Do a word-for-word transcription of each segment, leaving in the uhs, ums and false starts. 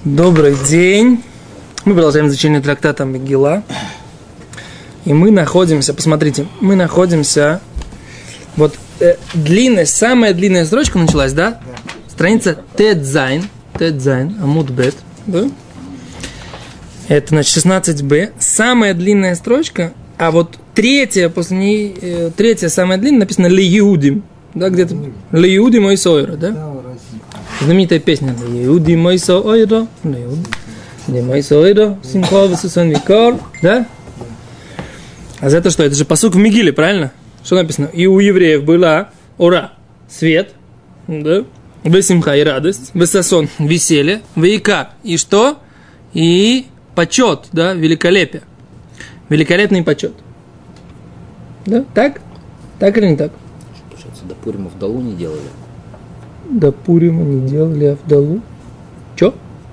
Добрый день. Мы продолжаем изучение трактата Мегила. И мы находимся, посмотрите, мы находимся, вот э, длинная, самая длинная строчка началась, да? Да. Страница Тедзайн, Тедзайн, Амуд Бет, да? Это, значит, шестнадцать бэ. Самая длинная строчка, а вот третья, после ней, э, третья, самая длинная, написано Ли-Иудим, да, где-то Ли-Иудим мой сойра, да? Знаменитая песня Ли-Иудим мой сойра, Ли-Иудим мой сойра, Симхо весусан викар, да? А за это что? Это же пасук в Мегиле, правильно? Что написано? И у евреев была ора, свет, да? Весимха и радость, весасон, веселье, вейка и что? И почет, да? Великолепие. Великолепный почет. Да? Так? Так или не так? Получается, до Пурима Авдалу не делали. До Пурима не делали Авдалу? Чё?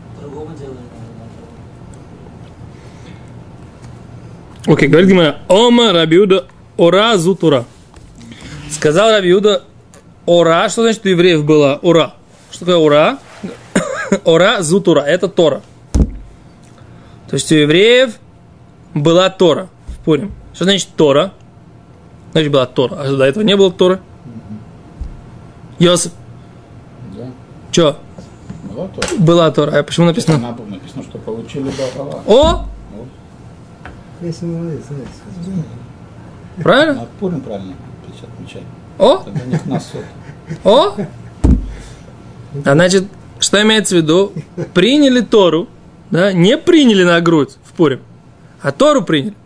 Окей, говорит Гимара. Ома Раби Иуда ора зутура. Сказал Раби Иуда ора. Что значит у евреев была ора? Что такое ора? Ора зутура. Это Тора. То есть у евреев была Тора в Пурим. Что значит Тора? Значит была Тора. А до этого не было Торы? Йосиф. Да. Чё? Была Тора. Была Тора. А почему написано? Она написано, что получили Бахала. О! Если молодец, знаете, Правильно? Над Пурим правильно отмечать. О! Тогда не к нас суд. О! А значит, что имеется в виду? Приняли Тору, да? Не приняли на грудь в Пурим, а Тору приняли.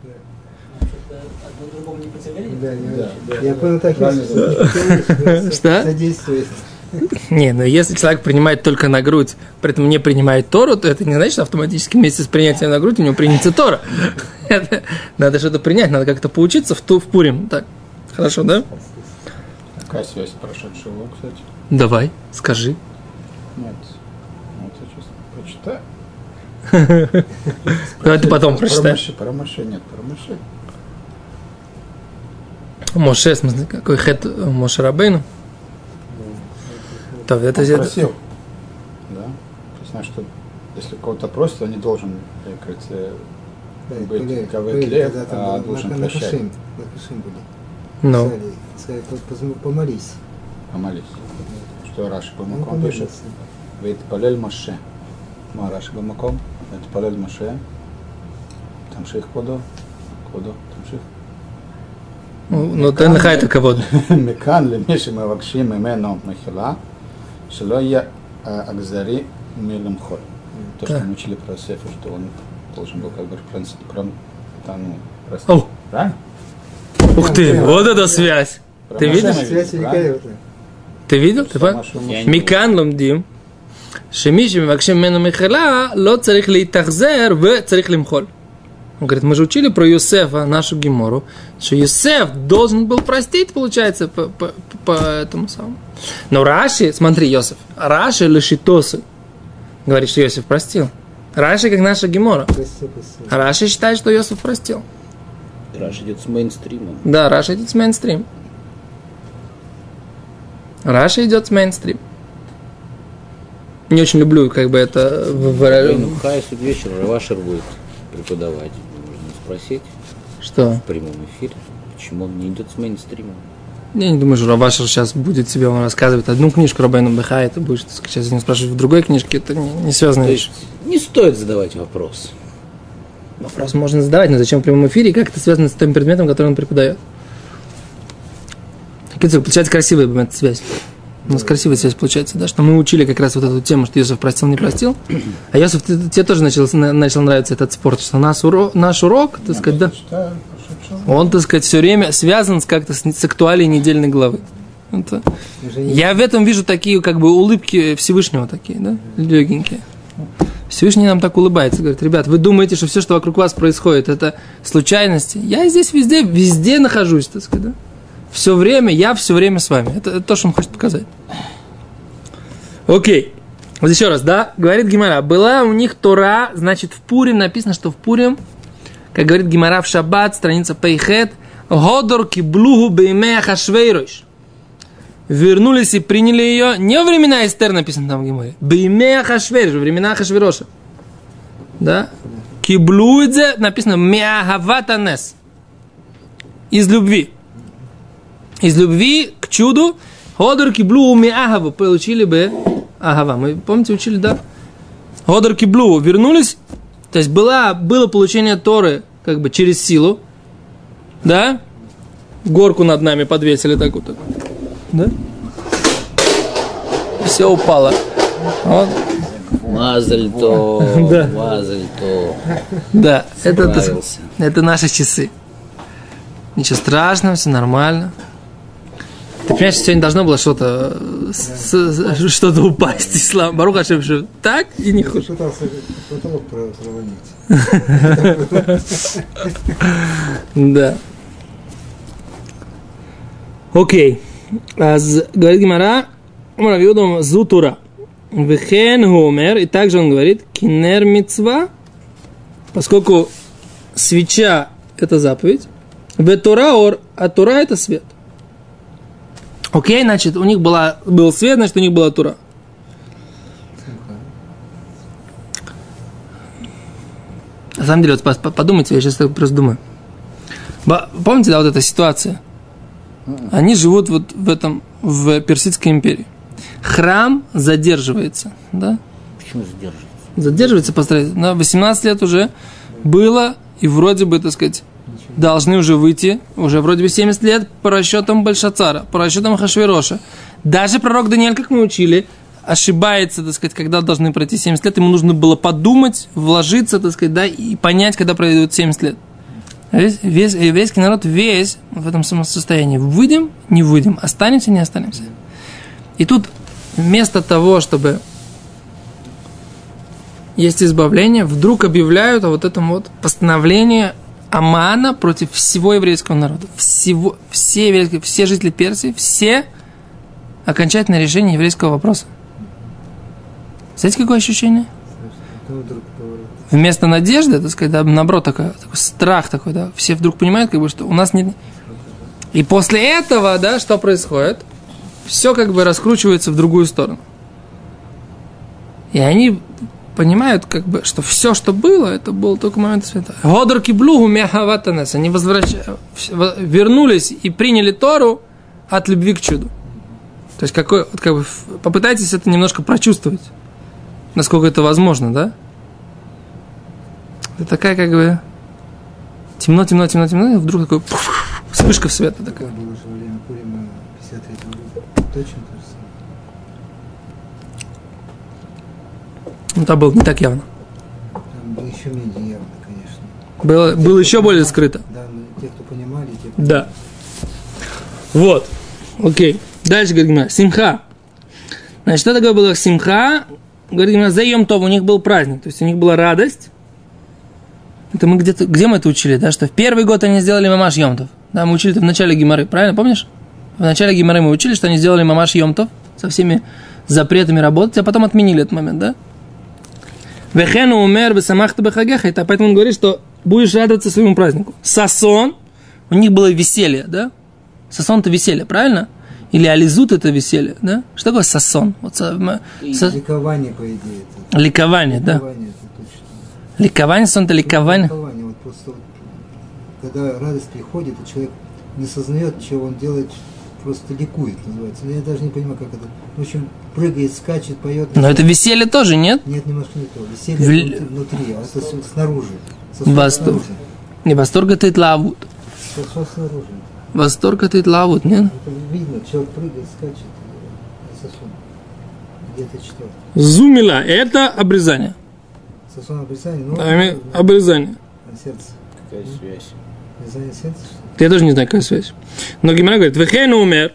Да, я, да. я понял, так и что? Содействует. Не, но если человек принимает только на грудь, при этом не принимает Тору, то это не значит, что автоматически вместе с принятием на грудь у него принятся Тора. Это, надо что-то принять, надо как-то поучиться в, ту, в Пурим. Так, хорошо, да? Какая связь с прошедшего, кстати? Давай, скажи. Нет. Вот я сейчас прочитаю. Давай ты потом прочитаешь. Про Моше нет, про Моше. Моше, в смысле, какой хет Моше Рабейну? То, это Он это... просил, да? То есть, что если кого-то просит, он не должен, как говорится, быть кавет-лев, а должен прощать. Напишем были. Ну. Сказали, помолись. Помолись. Что Раши Бамаком пишет? Вейт палель Моше. Ма Раши Бамаком. Вейт палель Моше. Тамших квадо. Квадо. Тамших. Ну, ты нахай это кого-то. Мекан лемиши мавакшим именно махила. Шело я агзари милумхоль. То, что мы учили про Сефер, что он должен был как бы простить. О! Правильно? Ух ты, вот эта связь. Ты видишь? Связь великолепная. Ты видел? Ты Микан ломдим. Шемиши мавакшим именно махила, ло царих литахзер, в царих лимхоль. Он говорит, мы же учили про Йосефа, нашу Гемору, что Йосеф должен был простить, получается, по, по, по этому самому. Но Раши, смотри, Йосеф, Раши лешитосы говорит, что Йосеф простил. Раши, как наша Гемора. А Раши считает, что Йосеф простил. Раши идет с мейнстримом. Да, Раши идет с мейнстрим. Раши идет с мейнстрим. Не очень люблю, как бы это выражение. Ну, Хай суд вечера Равашер будет преподавать. Можно спросить. Что? В прямом эфире. Почему он не идет с мейнстримом? Я не думаю, что Равашер сейчас будет себе, он рассказывает одну книжку Рабейну Бехай, это будет сейчас не спрашивать в другой книжке, это не, не связано. Не стоит задавать вопрос. Вопрос можно задавать, но зачем в прямом эфире, и как это связано с тем предметом, который он преподает? Получается красивая эта связь. У нас красивая связь получается, да, что мы учили как раз вот эту тему, что Йосеф простил, не простил. А Йосеф, тебе тоже начал, начал нравиться этот спорт, что наш урок, наш урок, так сказать, да, он, так сказать, все время связан с как-то с, с актуалией недельной главы. Это, я в этом вижу такие, как бы, улыбки Всевышнего такие, да, легенькие. Всевышний нам так улыбается, говорит, ребят, вы думаете, что все, что вокруг вас происходит, это случайности? Я здесь везде, везде нахожусь, так сказать, да. Все время, я все время с вами. Это, это то, что он хочет показать. Окей. Вот еще раз, да? Говорит Гемара. Была у них Тора, значит, в Пурим написано, что в Пурим, как говорит Гемара в Шаббат, страница Пейхет, Годор киблуху беймея хашвейрош. вернулись и приняли ее не во времена Эстер, написано там в Геморе, бейме Ахашвериш, во времена Ахашвероша. Да? Киблуидзе, написано меахаватанес. Из любви. Из любви к чуду. Ходор киблу меахаву. Получили бы агава. Мы, помните, учили, да? Ходор киблу. Вернулись. То есть была, было получение Торы как бы через силу. Да? Горку над нами подвесили так вот. Да? Все упало. Вот. Мазальто, Да. мазальто. Да, это, это, Справился. это наши часы. Ничего страшного, все нормально. Ты понимаешь, сегодня должно было что-то с- с- что-то упасть. Ислам. Барух Ашем, что так и не хуже. Пытался потолок провалить. Да. Окей. Аз говорит Гимара, Муравьюдом Зутура. Вехен Гомер. И также он говорит, кинер мицва, поскольку свеча это заповедь, ветора ор, а тура это свет. Окей, значит, у них была, был свет, значит, у них была тура. На самом деле, вот подумайте, я сейчас так просто думаю. Помните, да, вот эта ситуация? Они живут вот в этом, в Персидской империи. Храм задерживается, да? Почему задерживается? Задерживается по строительству. На восемнадцать лет уже было, и вроде бы, так сказать, должны уже выйти, уже вроде бы семьдесят лет по расчетам Бельшацара, по расчетам Ахашвероша. Даже пророк Даниэль, как мы учили, ошибается, так сказать, когда должны пройти семьдесят лет. Ему нужно было подумать, вложиться, так сказать, да, и понять, когда пройдут семьдесят лет. Весь, весь еврейский народ весь в этом самом состоянии. Выйдем, не выйдем, останемся, не останемся. И тут вместо того, чтобы есть избавление, вдруг объявляют о вот этом вот постановлении Амана против всего еврейского народа. Всего, все, еврейские, все жители Персии, все окончательное решение еврейского вопроса. Знаете, какое ощущение? Вместо надежды, так сказать, да, наоборот, такой, такой страх такой, да, все вдруг понимают, как бы, что у нас нет... И после этого, да, что происходит? Все как бы раскручивается в другую сторону. И они понимают, как бы, что все, что было, это был только момент света. Годор киблугу мяхаватанес. Они возвращ... вернулись и приняли Тору от любви к чуду. То есть, какой, вот, как бы, попытайтесь это немножко прочувствовать, насколько это возможно, да? Это такая, как бы, темно, темно, темно, темно, и вдруг такой пуф, вспышка света такая. Было же время Пурима пятьдесят третьего года. Точно то же самое. Ну, там было не так явно. Там было еще менее явно, конечно. Было, Те, было кто еще более понимали, скрыто. Да, но те, кто понимали, те, кто... Да. Вот. Окей. Дальше говорит Гимара. Симха. Значит, что такое было симха? Говорит Гимара, за Йом Тов у них был праздник. То есть у них была радость. Это мы где-то, где мы это учили, да? Что в первый год они сделали мамаш Йом Тов. Да, мы учили это в начале Гимары, правильно, помнишь? В начале Гимары мы учили, что они сделали мамаш Йом Тов со всеми запретами работать, а потом отменили этот момент, да? Вехену умер бесамахта бехагеха. Это поэтому он говорит, что будешь радоваться своему празднику. Сасон, у них было веселье, да? Сасон это веселье, правильно? Или ализут это веселье, да? Что такое сасон? Вот, со, со... Ликование, по идее. Это. Ликование, да? Ликование, это точно. Ликование, сон это ликование. Ликование. Вот просто вот, когда радость приходит, и человек не сознает, чего он делает, просто ликует, называется. Но я даже не понимаю, как это. В общем, прыгает, скачет, поет. Но это веселье тоже, нет? Нет, немножко не то. Веселье В... внутри, а это снаружи. Восторг. Не восторг это лавут. Что снаружи? Восторг это лавут, нет? Это видно, человек прыгает, скачет, сосун. Где-то читал. Зумила, это обрезание. Сосун обрезание, ну, А, обрезание. на сердце. Какая связь? Обрезание сердца, что ли? Я тоже не знаю, какая связь. Но Гимара говорит, Вехен умер.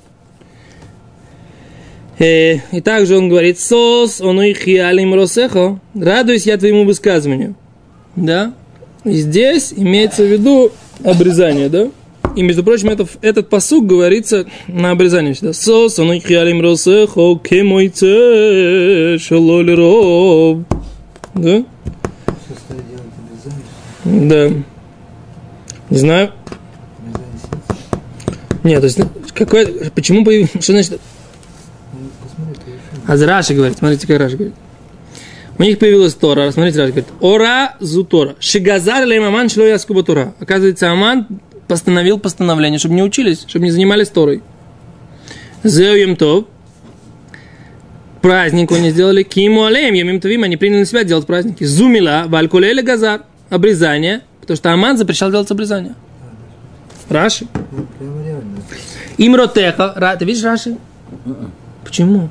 Э, и также он говорит, Сос, он их ялим росехо. Радуюсь я твоему высказыванию. Да? И здесь имеется в виду обрезание, да? И, между прочим, это, этот пасук говорится на обрезании всегда. Сос, он их ялим росехо, кемойце, шалоли роб. Да? Что стали делать обрезание? Да. Не знаю. Обрезание сердца? Нет, то есть, Какой, почему появился, что значит? А Раши говорит, смотрите, как Раши говорит. У них появилась Тора, смотрите, Раши говорит, ора зу Тора, шигазар лейм аман шло яскуба Тора. Оказывается, Аман постановил постановление, чтобы не учились, чтобы не занимались Торой. Зеу ем тов, праздник они сделали, киму алеем, ем им товим, они приняли на себя делать праздники. Зумила, валькулеле газар, обрезание, потому что Аман запрещал делать обрезание. Раши. Имротеха, ты видишь Раши? Почему?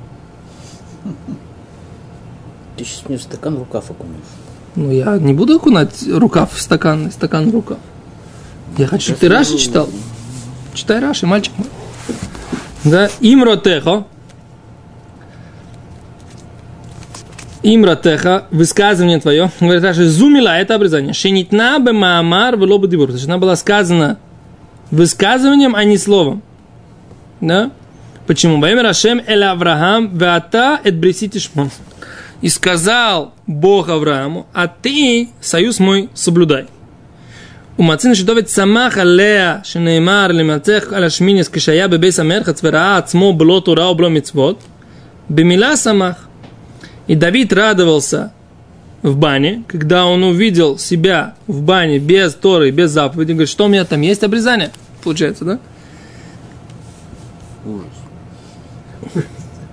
Ты сейчас мне в стакан рукав окунешь. Ну, я не буду окунать рукав в стакан, стакан в рукав. Я хочу, чтобы ты Раши читал. Читай Раши, мальчик мой. Да, имротеха. Имротеха, высказывание твое. Говорит Раши, зумила, это обрезание. Шенитна бе маамар вело бе дибур. То есть она была сказана высказыванием, а не словом. Да? Почему? Ваимер Ашем эль Авраам веата эт бриси тишмон. И сказал Бог Аврааму, а ты союз мой соблюдай. ומצינו שדוד שמח עליה שנאמר למלצך על השמינס כשהיה בבייס המרחץ וראה עצמו בלא תורה ובלא מצוות, במילה שמח. И Давид радовался в бане, когда он увидел себя в бане без Торы и без заповедей. Говорит, что у меня там есть обрезание? Получается, да? Ужас.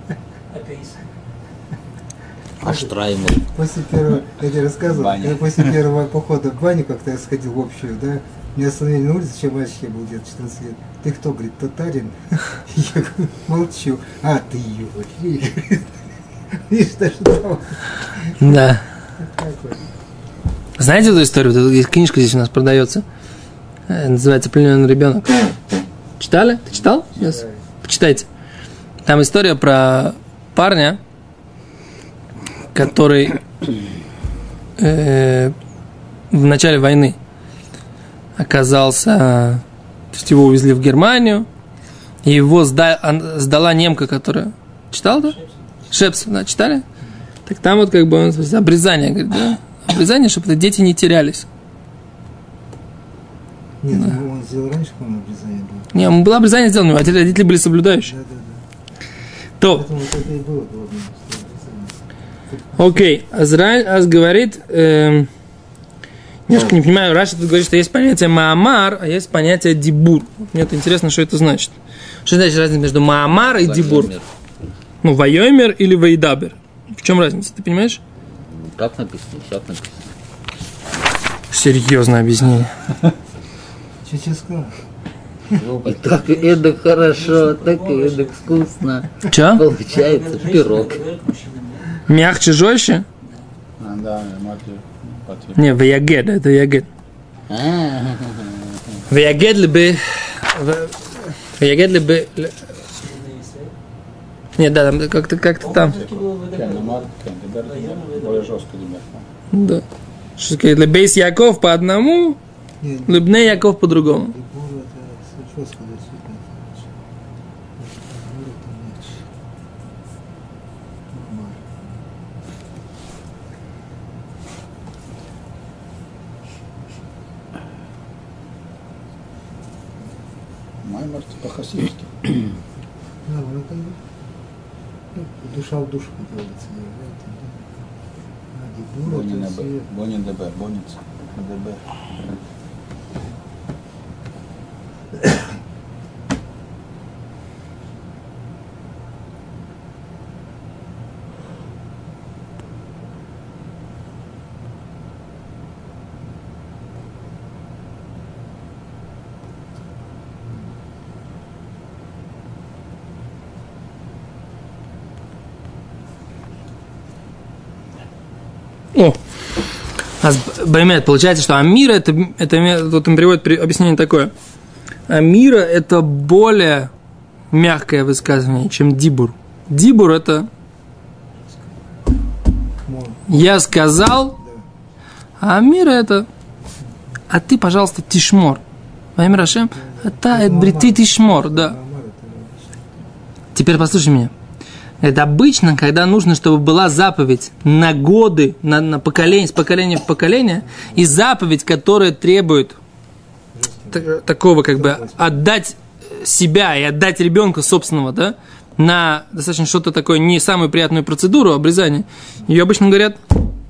Аж траймл. После первого, я тебе рассказывал, Баня. я после первого похода в баню, как-то я сходил в общую, да, меня остановили на улице, чем мальчик я был где-то четырнадцать лет. Ты кто, говорит, татарин? Я говорю, молчу. А, ты ее. Видишь, даже там. Да. Знаете эту историю? Вот есть книжка здесь у нас продается. Называется «Плененный ребенок». Читали? Ты читал? Yes. Почитайте. Там история про парня, который э, в начале войны оказался, то есть его увезли в Германию, и его сда, сдала немка, которая... Читал, да? Шепс, да, читали? Так там вот как бы он, обрезание, говорит, да? Обрезание, чтобы дети не терялись. Нет, да. Он сделал раньше, по-моему, обрезание было. Не, было обрезание сделано, а родители были соблюдающие. Да, да, да. То. Поэтому вот это и было главное. Окей, Азраиль Аз говорит, э, немножко не понимаю, Раши тут говорит, что есть понятие Маамар, а есть понятие Дибур. Мне это интересно, что это значит. Что значит разница между Маамар и Дибур? Ну, Вайомер или Вайдабер? В чем разница, ты понимаешь? Как написано, как написано. Серьезное объяснение. Что тебе сказал? И так это хорошо, так это вкусно. Че? Получается пирог. Мягче, жестче? А, да, Матью. Не, Ваягед, это Ваягед. Ваягед либо... Ваягед либо... Нет, да, там как-то, как-то там. Более жестко ребят. Да. Что сказать, Лебейс Яков по одному, Лебне Яков по-другому. Дибур это жестко, действительно. Дибур это мягче. Нормально. Маймер типа хасидский. Да, ну это ну, душа в душу, как говорится. А Дибур Бонин это все... Бонин ДБ, Бонница. ДБ. О, а Баймет, получается, что Амира, это, это тут им приводит объяснение такое. Амира это более мягкое высказывание, чем Дибур. Дибур это я сказал, а Амира это а ты, пожалуйста, тишмор. Ваймер Ашем, это брити тишмор, да. Теперь послушай меня. Это обычно, когда нужно, чтобы была заповедь на годы, на, на поколение, с поколения в поколение, и заповедь, которая требует так, такого, как бы, отдать себя и отдать ребенка собственного, да, на достаточно что-то такое, не самую приятную процедуру обрезания, ее обычно говорят,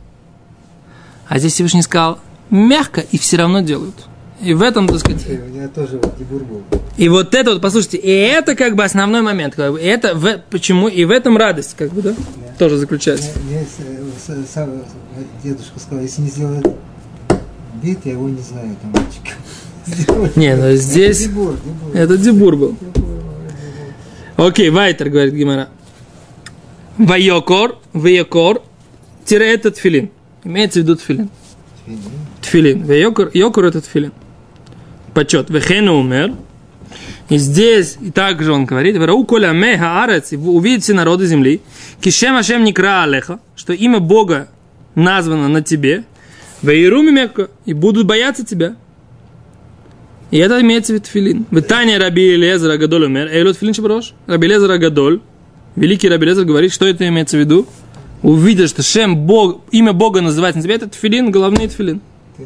а здесь Всевышний сказал мягко, и все равно делают. И в этом, так сказать... У меня тоже вот дебур был. И вот это вот, послушайте, и это как бы основной момент. Как бы, и это в, почему, и в этом радость, как бы, да, да. тоже заключается. Мне, мне сам дедушка сказал, если не сделает бит, я его не знаю, там мальчик. Не, ну здесь... Это дебур, дебур. Это дебур был. Окей, Вайтер, говорит Гемара. Вайокор, вайокор, тире это тфилин. Имеется в виду тфилин. Тфилин. Вайокор, йокор это тфилин. Почет. Вехену умер. И здесь, и также он говорит, «Верау коля меха арец», увидят все народы земли, «Кишем ашем никра алеха», что имя Бога названо на тебе, «Вейру мимекка», и будут бояться тебя. И это имеется в виду тфилин. «Витания раби Элиэзер агадоль умер», «Эйлот тфилин шаброш», раби Элиэзер агадоль, великий раби Элиэзер говорит, что это имеется в виду? Увидят, что Шем Бог, имя Бога называется на тебе, это тфилин, головный тфилин.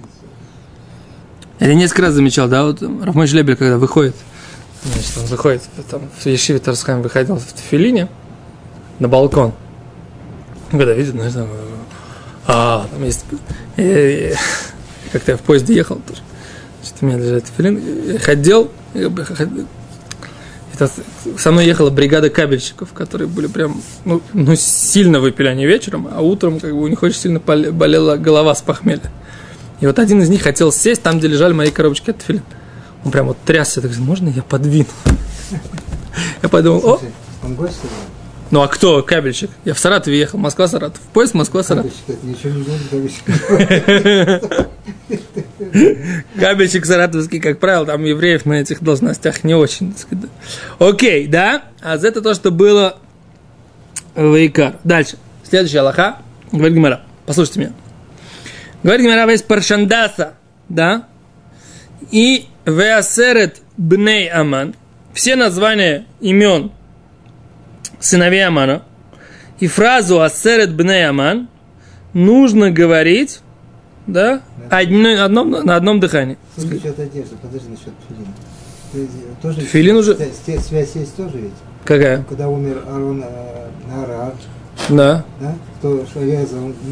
Я несколько раз замечал, да, вот Рав Мойше Лебель, когда выходит, значит, он выходит, там, в Ешиве Тарсхайм выходил в тфилине на балкон. Когда видит, ну, там, а, там есть, и, и, как-то я в поезде ехал тоже, значит, у меня лежит тфилин, я ходил, это, со мной ехала бригада кабельщиков, которые были прям, ну, ну, сильно выпили они вечером, а утром, как бы, у них очень сильно болела голова с похмелья. И вот один из них хотел сесть там, где лежали мои коробочки от тфилин. Он прям вот трясся, так говорит, можно я подвину? Я подумал, о! Он гость? Ну а кто кабельщик? Я в Саратове ехал, Москва-Саратов. Поезд Москва-Саратов. Кабельщик, это ничего не говорит, кабельщик. Кабельщик саратовский, как правило, там евреев на этих должностях не очень, так сказать. Окей, да? А это то, что было в Икар. Дальше. Следующая алаха. Говорит Гемара. Послушайте меня. Говорит Гемара, весь паршандаса, да? И веасерет бней Аман. Все названия имен сыновей Амана. И фразу асерет бней Аман нужно говорить, да, одно, одном, на одном дыхании. Насчет одежды, подожди, насчет тфилина. Тоже Тфилин уже... Связь есть тоже ведь? Какая? Когда умер Арон Наарат, да. Да, кто резал, он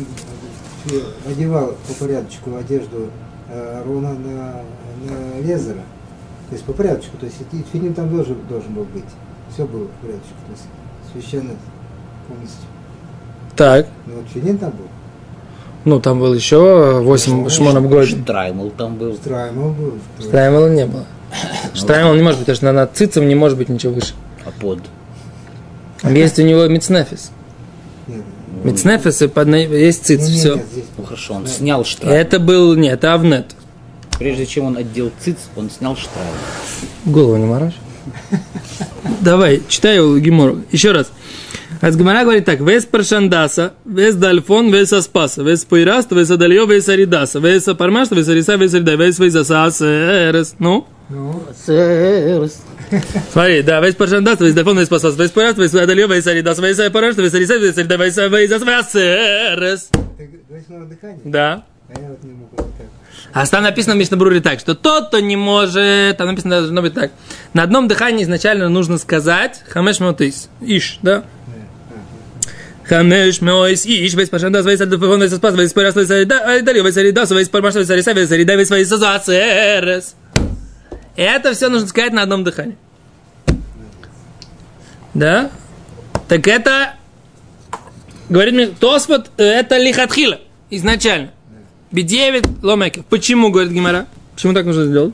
одевал по порядочку одежду Арона на, на Лезера. То есть по порядочку, то есть и тфилин там должен, должен был быть. Все было по порядочку, то есть священно полностью. Так. Ну вот тфилин там был. Ну, там был еще восемь шмонов годин. Штраймл там был. Штраймл был. Штраймела не было. Штраймел не может быть, потому что над цицем не может быть ничего выше. А под? Есть у него мицнефис. Нет. Мицнефис и под... есть циц, Нет, все. нет, здесь- Ну хорошо, он снял штраймл. Это был, нет, это Авнет. Прежде чем он отдел циц, он снял штраймл. Голову не морочь. Давай, читай Гемору. Еще раз. Аз Гемара говорит так: вес паршандаса, вес дальфон, вес аспаса, вес пойраст, вес адальё, вес аридаса, вес пармашта, вес ариса, вес арида, вес вес асасерес. Ну? Ну, Серс. Смотри, да, вес паршандаса, вес дальфон, вес пасас, вес пойраст, вес адальё, вес аридаса, вес пармашта, вес ариса, вес арида, вес вес асасерес. ты говоришь на дыхание? Да. А я вот не могу вот так. А там написано в Мишнабруре так, что тот, кто не может, там написано должно быть так. На одном дыхании изначально нужно сказать хамеш меотис, иш, да? Хамеш меотис, иш, весь пашандас, весь альдефон, весь спас, весь парас, весь аридалио, весь аридас, весь пармаш, весь ариса, весь арида, весь весь азацерес. Это все нужно сказать на одном дыхании. Да? Так это, говорит мне, Тосфот, это лихатхила, изначально. Бедевит ломекев. Почему, говорит Гемара? Почему так нужно сделать?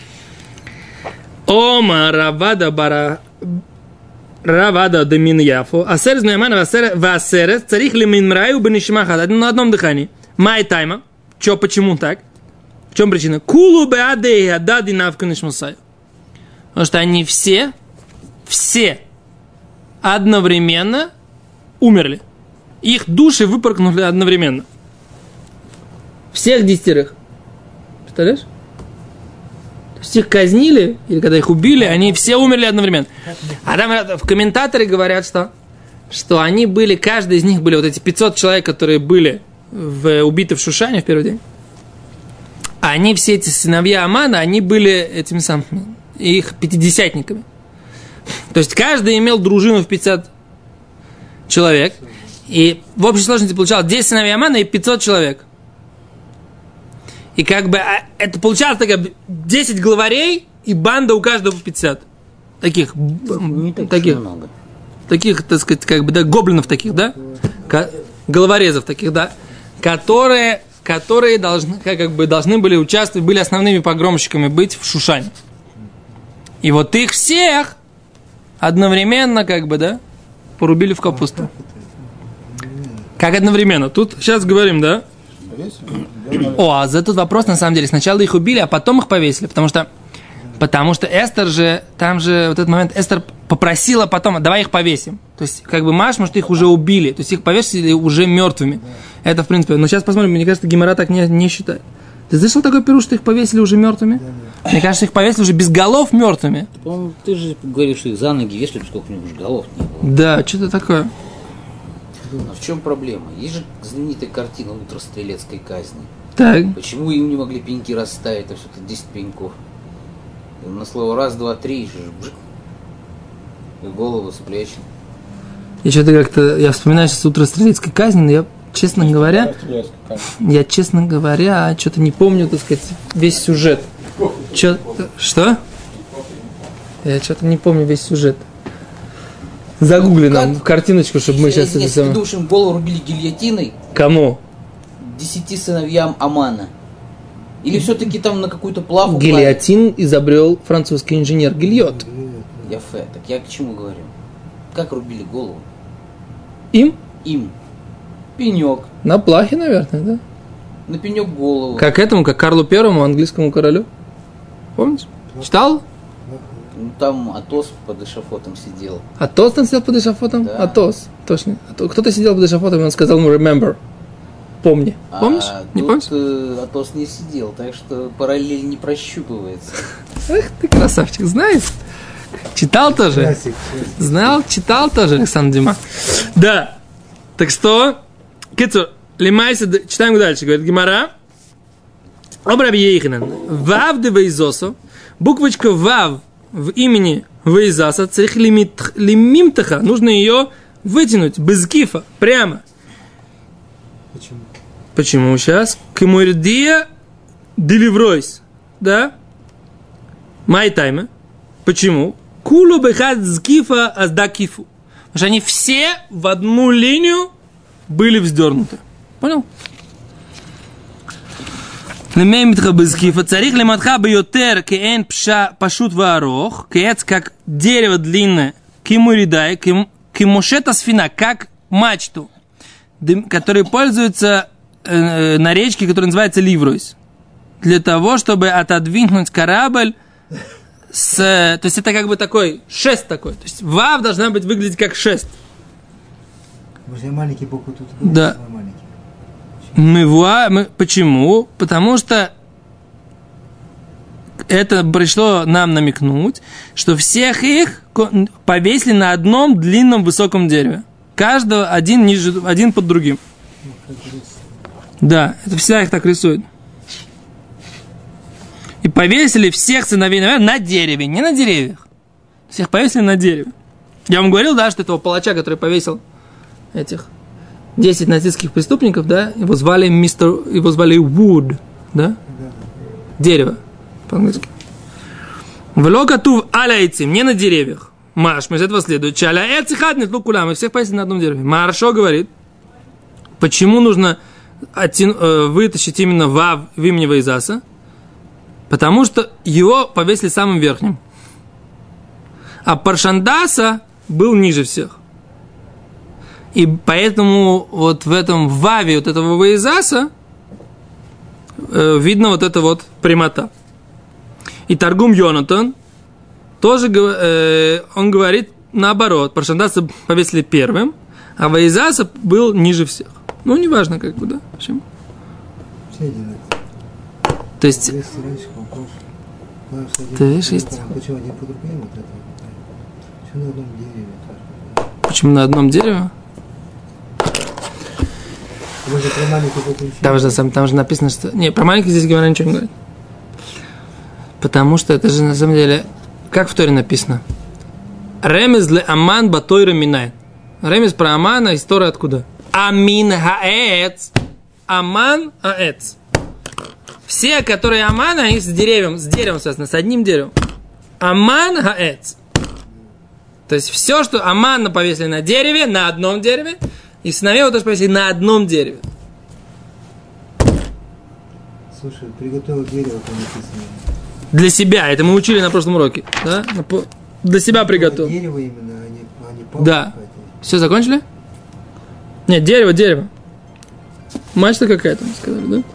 Ома равада бара равада демин яфо. Асерес миамана васерес царих ли минмраю бенишмахад. На одном дыхании. Май тайма. Че, почему так? В чем причина? Кулу беадея дади навка нишмасаю. Потому что они все, все одновременно умерли. Их души выпорхнули одновременно. Всех десятерых. Представляешь? То есть их казнили, или когда их убили, они все умерли одновременно. А там в комментаторы говорят, что, что они были, каждый из них были, вот эти пятьсот человек, которые были в, убиты в Шушане в первый день. Они все эти сыновья Амана, они были этими самыми, их пятидесятниками. То есть каждый имел дружину в пятьдесят человек. И в общей сложности получалось десять сыновей Амана и пятьсот человек. И как бы это получалось так, десять главарей и банда у каждого по пятьдесят. Таких, Не так таких, много. таких, так сказать, как бы, да, гоблинов таких, да? Ко- головорезов таких, да? Которые, которые должны, как бы, должны были участвовать, были основными погромщиками быть в Шушане. И вот их всех одновременно, как бы, да, порубили в капусту. Как одновременно? Тут сейчас говорим, да? О, а за этот вопрос, на самом деле, сначала их убили, а потом их повесили, потому что, потому что Эстер же, там же, вот этот момент, Эстер попросила потом, давай их повесим. То есть, как бы, Маш, может, их уже убили, то есть, их повесили уже мертвыми. Это, в принципе, но сейчас посмотрим, мне кажется, Гемара так не, не считает. Ты слышал такой пируш, что их повесили уже мертвыми? Мне кажется, их повесили уже без голов мертвыми. По-моему, ты же говоришь, что их за ноги вешали, сколько у них уже голов не было. Да, что-то такое. А в чем проблема? Есть же знаменитая картина «Утро стрелецкой казни». Так. Почему им не могли пеньки расставить, а все-таки десять пеньков? И на слово раз, два, три, и бжик, и голову с плеч. Я что-то как-то, я вспоминаю сейчас утро стрелецкой казни, но я, честно говоря, я, честно говоря, что-то не помню, так сказать, весь сюжет. Чё, что? Я что-то не помню весь сюжет. Загугли нам картиночку, чтобы мы сейчас... Если ты думаешь, им голову рубили гильотиной? Кому? Десяти сыновьям Амана. Или все-таки там на какую-то плавку... Гильотин изобрел французский инженер Гильот. Яфе. Так я к чему говорю? Как рубили голову? Им? Им. Пенек. На плахе, наверное, да? На пенек голову. Как этому, как Карлу Первому, английскому королю. Помнишь? Читал? Ну, там Атос под эшафотом сидел. Атос там сидел под эшафотом? Да. Атос, точно. Кто-то сидел под эшафотом, и он сказал ему remember. Помни. Помнишь? А Не тут, помнишь? э, Атос не сидел, так что параллель не прощупывается. Эх, ты красавчик, знаешь? Читал тоже? Классик, классик. Знал, читал тоже, Александр Дима. Да. Так что, Кицу, лимайся, читаем дальше, говорит Гемара. Обраби Ейханан. Вав де Вейзосо. Буквочка Вав в имени Вейзаса. Цех лимимтаха. Нужно ее вытянуть без гифа, прямо. Почему? Почему сейчас? Кемурдия деливройс. Да? Май тайме. Почему? Кулу бехад згифа аздакифу. Потому что они все в одну линию были вздернуты. Понял? Лемеймитха безгифа. Царих лематха бьотер кеэн пша пашут ваарох. Кеец как дерево длинное. Кимуридай. Кимушета сфина. Как мачту. Который пользуется э, на речке, которая называется Ливройс. Для того, чтобы отодвинуть корабль с... То есть это как бы такой шест такой. То есть вав должна быть выглядеть как шест. Может, маленькие буквы тут? Да. Мы, вуа, мы почему? Потому что это пришло нам намекнуть, что всех их повесили на одном длинном высоком дереве. Каждого один ниже, один под другим. Да, это всегда их так рисуют. И повесили всех сыновей на дереве, не на деревьях. Всех повесили на дереве. Я вам говорил, да, что этого палача, который повесил этих десять нацистских преступников, да, его звали мистер, его звали Wood, да? Дерево, по-английски. Влокатув аляйцим, не на деревьях. Маш, мы из этого следует. Чаля эцихаднет лукула, мы всех повесили на одном дереве. Маршо говорит, почему нужно оттяну, э, вытащить именно вав в имени Вейзаса? Потому что его повесили самым верхним. А Паршандаса был ниже всех. И поэтому вот в этом ваве вот этого Вейзаса э, видно вот эта вот прямота. И Таргум Йонатан тоже э, он говорит наоборот. Паршандаса повесили первым, а Вейзаса был ниже всех. Ну, неважно, как бы, да? Почему? То есть... Ты видишь, есть... Почему один по другому? Вот это? Почему на одном дереве? Почему на одном дереве? Там же, там же написано, что... Не, про маленький здесь говоря ничего не говорит. Потому что это же на самом деле... Как в Торе написано? Ремез ле Аман батойра минай. Ремез про Амана из Торы откуда? Амин хаэц. Аман аэц. Все, которые Аман, они с деревом, с деревом связаны, с одним деревом. Аман хаэц. То есть все, что Амана повесили на дереве, на одном дереве, и сыновей его тоже повесили на одном дереве. Слушай, приготовил дерево, там написано. Для себя, это мы учили на прошлом уроке. Да? Для себя приготовил. Дерево именно, а не, а не палку. Да. Все, закончили? Нет, дерево, дерево. Мачта какая-то, сказали, да?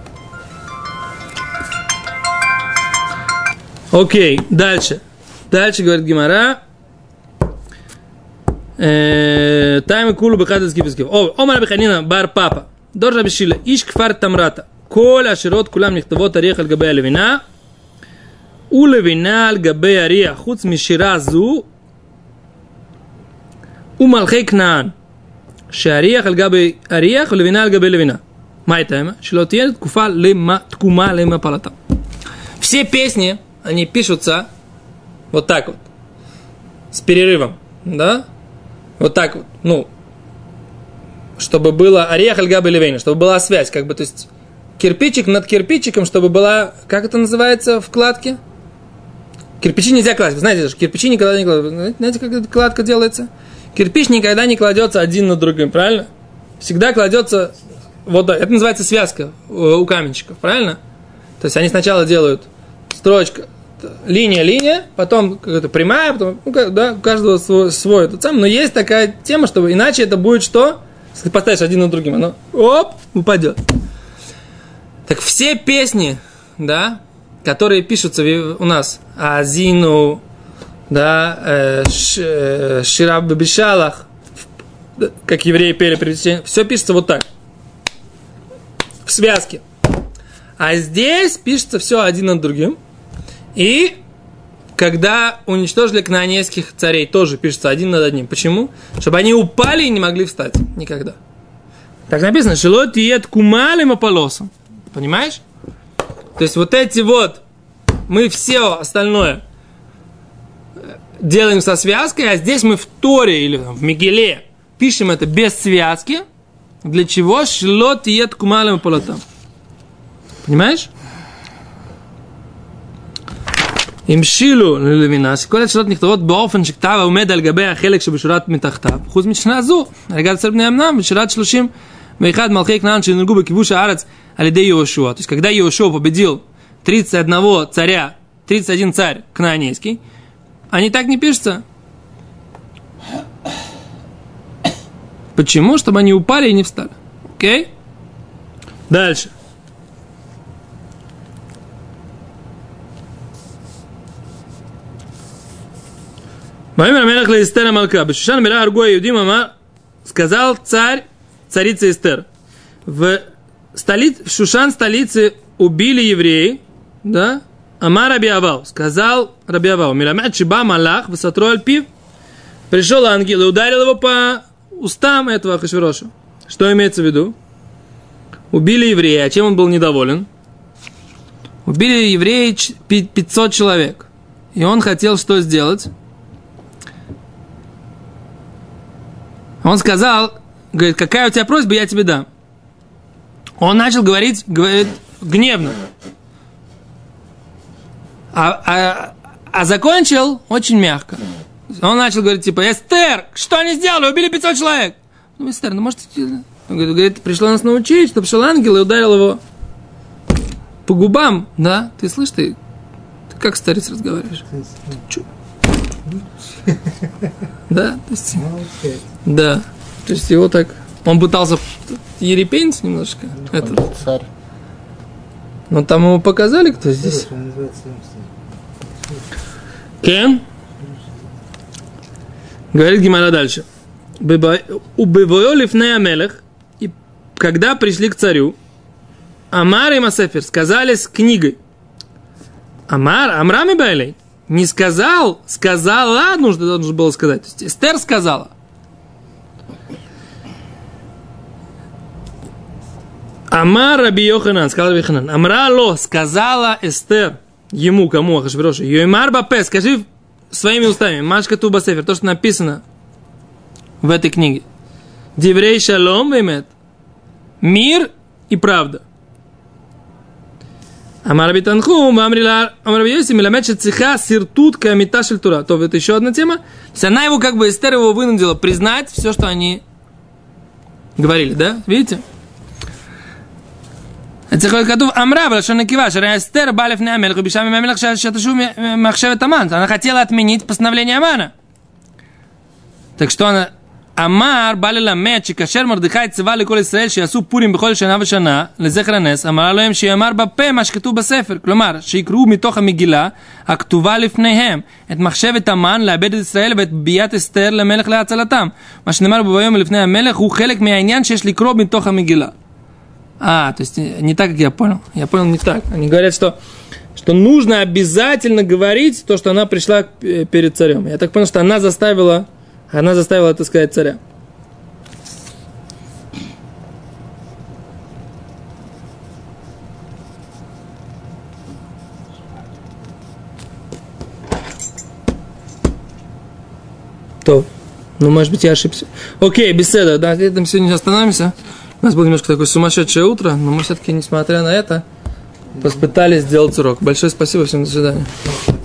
Окей, дальше. Дальше говорит Гемара. Тайм кулу бехадец кипискив. О, омар беханина бар папа. Дор рабишила. Иш кфар тамрата. Кол аширот кулам нихтавот ариях аль габей алевина. У левина аль габей ариях. Хуц мишира зу. У малхей кнаан. שהאריח על גבי אריח ולבינה על גבי לבינה. מה הייתה? שלא תהיה תקופה תקומה למפלתם. Все песни, они пишутся вот так вот, с перерывом, да? Вот так вот, ну, чтобы было ариах аль габей левина, чтобы была связь, как бы, то есть кирпичик над кирпичиком, чтобы была, как это называется, вкладки? Кирпичи нельзя класть, вы знаете, кирпичи никогда не кладут. Знаете, как эта кладка делается? Кирпич никогда не кладется один на другим, правильно? Всегда кладется вот так. Это называется связка у каменщиков, правильно? То есть они сначала делают строчка, линия, линия, потом какая-то прямая, потом, ну, да, у каждого свой, свой этот сам. Но есть такая тема, чтобы иначе это будет что? Если ты поставишь один на другим, оно оп, упадет. Так все песни, да, которые пишутся у нас, Азину, да, Шираб Бабишалах, как евреи пели приведение, все пишется вот так, в связке. А здесь пишется все один над другим. И когда уничтожили кнаанейских царей, тоже пишется один над одним. Почему? Чтобы они упали и не могли встать никогда. Так написано, шелот иет кумалем аполосом. Понимаешь? То есть вот эти вот, мы все остальное делаем со связкой, а здесь мы в Торе или в Мегиле пишем это без связки. Для чего? Шлот иет кумалем аполотам. Понимаешь? המשילו ללבינה שכל השאלות נכתבות באופן שכתב העומד על גבי החלק שבשורת מתחתיו חוץ משנה זו הרגל אצל בני אמנם בשורת שלושים ואחד מלכי כנען שנהרגו בכיבוש הארץ על ידי יהושע. То есть когда Йеошуа победил тридцать один царя, тридцать один царь кнаанейский, они так не пишутся. Почему? Чтобы они упали и не встали. Окей? Дальше. Сказал царь, царица Эстер, в, столице, в Шушан столице убили евреи, да? Ама Раби Авау, сказал Раби Авау, Мирамят Шиба Малах, Высотру Альпив, пришел ангел и ударил его по устам этого Ахашвироша. Что имеется в виду? Убили еврея, а чем он был недоволен? Убили евреи пятьсот человек. И он хотел что сделать? Он сказал, говорит, какая у тебя просьба, я тебе дам. Он начал говорить, говорит, гневно. А, а, а закончил очень мягко. Он начал говорить, типа, Эстер, что они сделали? Убили пятьсот человек. Ну, Эстер, ну, может, он говорит, пришло нас научить, что пришел ангел и ударил его по губам. Да, ты слышишь, ты, ты как старец разговариваешь? Чу. Да, то есть, да, то есть его так, он пытался ерепенить немножко. Это. Царь. Но там ему показали, кто здесь. Кен? Говорит Гемара дальше. Убиваю лифней амелех, и когда пришли к царю, Амар и Масефер сказали с книгой. Амар, Амрами Байлей. Не сказал, сказала, нужно, нужно было сказать. То есть Эстер сказала. Амар Раби Йоханан, сказал Раби Йоханан. Амра ло, сказала Эстер ему, кому, Ахашвирошу. Йоймар бапе, скажи своими устами. Машка Туба Сефер, то, что написано в этой книге. Диврей шалом веймет. Мир и правда. Амар битанхум, амрила, амар бьёси, миламет шециха сиртут камита шель тура. То это еще одна тема. То есть она его, как бы, Эстер его вынудила признать все, что они говорили, да? Видите? Это כתוב, אמרה, בלשון נקבה, שהרי אסתר באה לפני המלך, וביקשה מהמלך שתשוב מחשבת המן. Она хотела отменить постановление Амана. Так что она... אמר, בא ללמד, שכאשר מרדכי צבא לכל ישראל, שיעשו פורים בכל שנה ושנה, לזכר הנס, אמרה להם שיאמר בפה מה שכתוב בספר. כלומר, שיקראו מתוך המגילה, הכתובה לפניהם, את מחשבת המן, לאבד את ישראל, ואת ביאת אסתר למלך להצלתם. מה שנאמר בו ביום לפני המלך, הוא חלק מהעניין שיש לקרוא מתוך המגילה. А, то есть не так, как я понял. Я понял не так. Они говорят, что, что нужно обязательно говорить то, что она пришла перед царем. Я так понял, что она заставила, она заставила, так сказать, царя. То. Ну, может быть, я ошибся. Окей, беседа. Да, на этом сегодня остановимся. У нас было немножко такое сумасшедшее утро, но мы все-таки, несмотря на это, попытались сделать урок. Большое спасибо, всем до свидания.